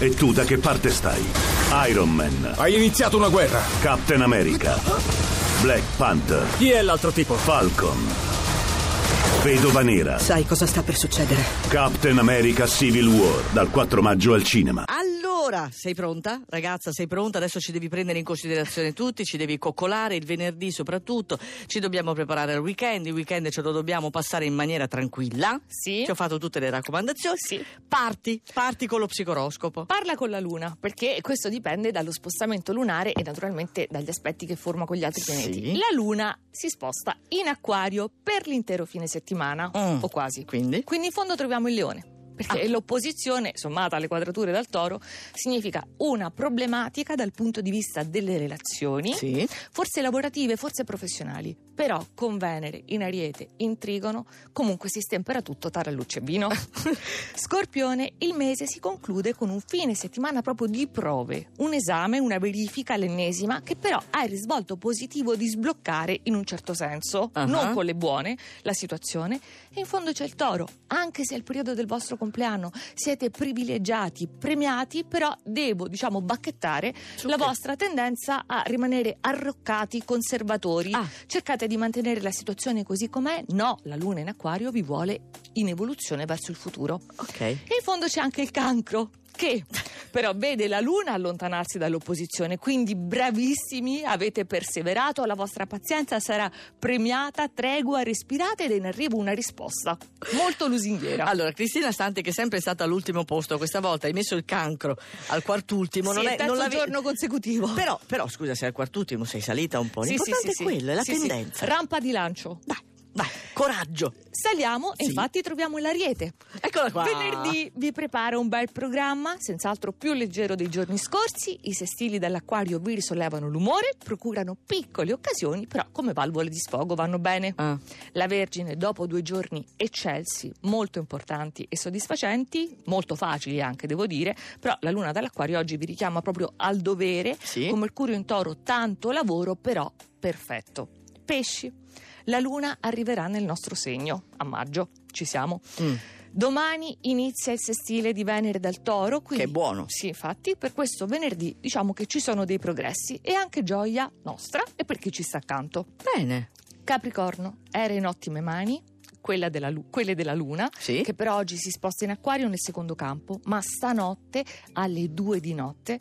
E tu da che parte stai? Iron Man, Hai iniziato una guerra. Captain America, Black Panther, Chi è l'altro tipo? Falcon, Vedova Nera. Sai cosa sta per succedere? Captain America Civil War, dal 4 maggio al cinema. Allora, sei pronta? Ragazza, sei pronta? Adesso ci devi prendere in considerazione tutti, ci devi coccolare, il venerdì soprattutto, ci dobbiamo preparare al weekend, il weekend ce lo dobbiamo passare in maniera tranquilla. Sì. Ti ho fatto tutte le raccomandazioni. Sì. Parti con lo psicoroscopo. Parla con la Luna, perché questo dipende dallo spostamento lunare e naturalmente dagli aspetti che forma con gli altri pianeti. Sì. La Luna si sposta in Acquario per l'intero fine settimana, o quasi. Quindi in fondo troviamo il Leone. Perché l'opposizione, sommata alle quadrature dal Toro, significa una problematica dal punto di vista delle relazioni, Sì. forse lavorative, forse professionali. Però con Venere in Ariete, in Trigono, comunque si stempera tutto, tarallucce e vino. Scorpione, il mese si conclude con un fine settimana proprio di prove, un esame, una verifica, l'ennesima, che però ha il risvolto positivo di sbloccare in un certo senso, non con le buone, la situazione. E in fondo c'è il Toro, anche se è il periodo del vostro compleanno, siete privilegiati, premiati, però devo, bacchettare la vostra tendenza a rimanere arroccati, conservatori. Cercate di mantenere la situazione così com'è. No, la Luna in Acquario vi vuole in evoluzione verso il futuro. Ok. E in fondo c'è anche il Cancro, che però vede la Luna allontanarsi dall'opposizione, quindi bravissimi, avete perseverato, la vostra pazienza sarà premiata, tregua, respirate ed è in arrivo una risposta molto lusinghiera. Allora, Cristina Stante, che è sempre stata all'ultimo posto, questa volta hai messo il Cancro al quartultimo. Sì, è il terzo giorno consecutivo. Però scusa, sei al quartultimo, sei salita un po'. L'importante è quello, è la tendenza. Rampa di lancio. Dai, coraggio. Saliamo e infatti troviamo l'Ariete. Eccola qua. Venerdì vi prepara un bel programma, senz'altro più leggero dei giorni scorsi. I sestili dall'Acquario vi risollevano l'umore, procurano piccole occasioni, però come valvole di sfogo vanno bene. La Vergine, dopo 2 giorni eccelsi, molto importanti e soddisfacenti, molto facili anche devo dire, però la Luna dall'Acquario oggi vi richiama proprio al dovere, con Mercurio in Toro tanto lavoro, però perfetto. Pesci. La Luna arriverà nel nostro segno, a maggio, ci siamo. Domani inizia il sestile di Venere dal Toro, quindi, che è buono. Sì, infatti, per questo venerdì diciamo che ci sono dei progressi e anche gioia nostra e per chi ci sta accanto. Bene. Capricorno, era in ottime mani, quelle della Luna, che per oggi si sposta in Acquario nel secondo campo, ma stanotte alle 2 di notte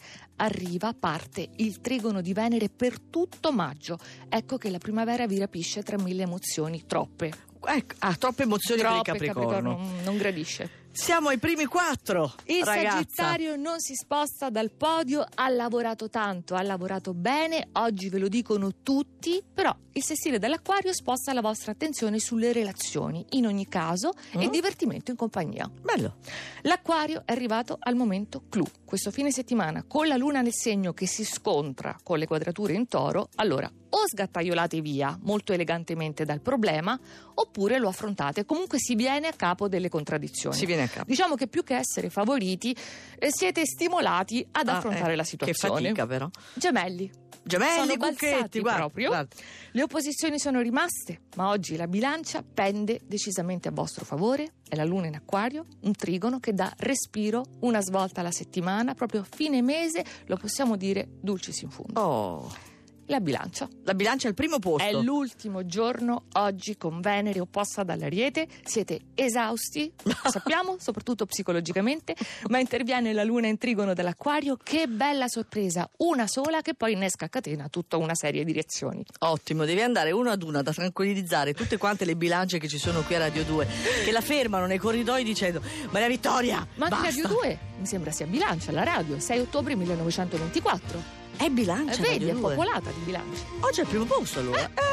parte il trigono di Venere per tutto maggio. Ecco che la primavera vi rapisce tra 1000 emozioni, troppe. Troppe emozioni per il Capricorno. Non gradisce. Siamo ai primi 4. Il ragazza. Sagittario non si sposta dal podio, ha lavorato tanto, ha lavorato bene, oggi ve lo dicono tutti, però il sestile dell'Acquario sposta la vostra attenzione sulle relazioni, in ogni caso, e divertimento in compagnia. Bello. L'Acquario è arrivato al momento clou. Questo fine settimana, con la Luna nel segno che si scontra con le quadrature in Toro, allora o sgattaiolate via molto elegantemente dal problema, oppure lo affrontate. Comunque si viene a capo delle contraddizioni. Si viene a capo. Diciamo che più che essere favoriti, siete stimolati ad affrontare la situazione. Che fatica però. Gemelli, Gemelli, sono cucchetti, balzati proprio. Le opposizioni sono rimaste, ma oggi la bilancia pende decisamente a vostro favore. È la Luna in Acquario, un trigono che dà respiro, una svolta alla settimana, proprio fine mese, lo possiamo dire dulcis in fundo. La bilancia è al primo posto. È l'ultimo giorno oggi con Venere opposta dall'Ariete. Siete esausti, sappiamo, soprattutto psicologicamente, ma interviene la Luna in Trigono dell'Acquario. Che bella sorpresa, una sola che poi innesca a catena tutta una serie di reazioni. Ottimo, devi andare uno ad uno ad tranquillizzare tutte quante le bilance che ci sono qui a Radio 2, che la fermano nei corridoi dicendo: Maria Vittoria, ma anche basta. Radio 2 mi sembra sia bilancia, la radio, 6 ottobre 1924. È bilancia, vedi, Radio è 2. popolata di bilanci. Oggi è al primo posto allora.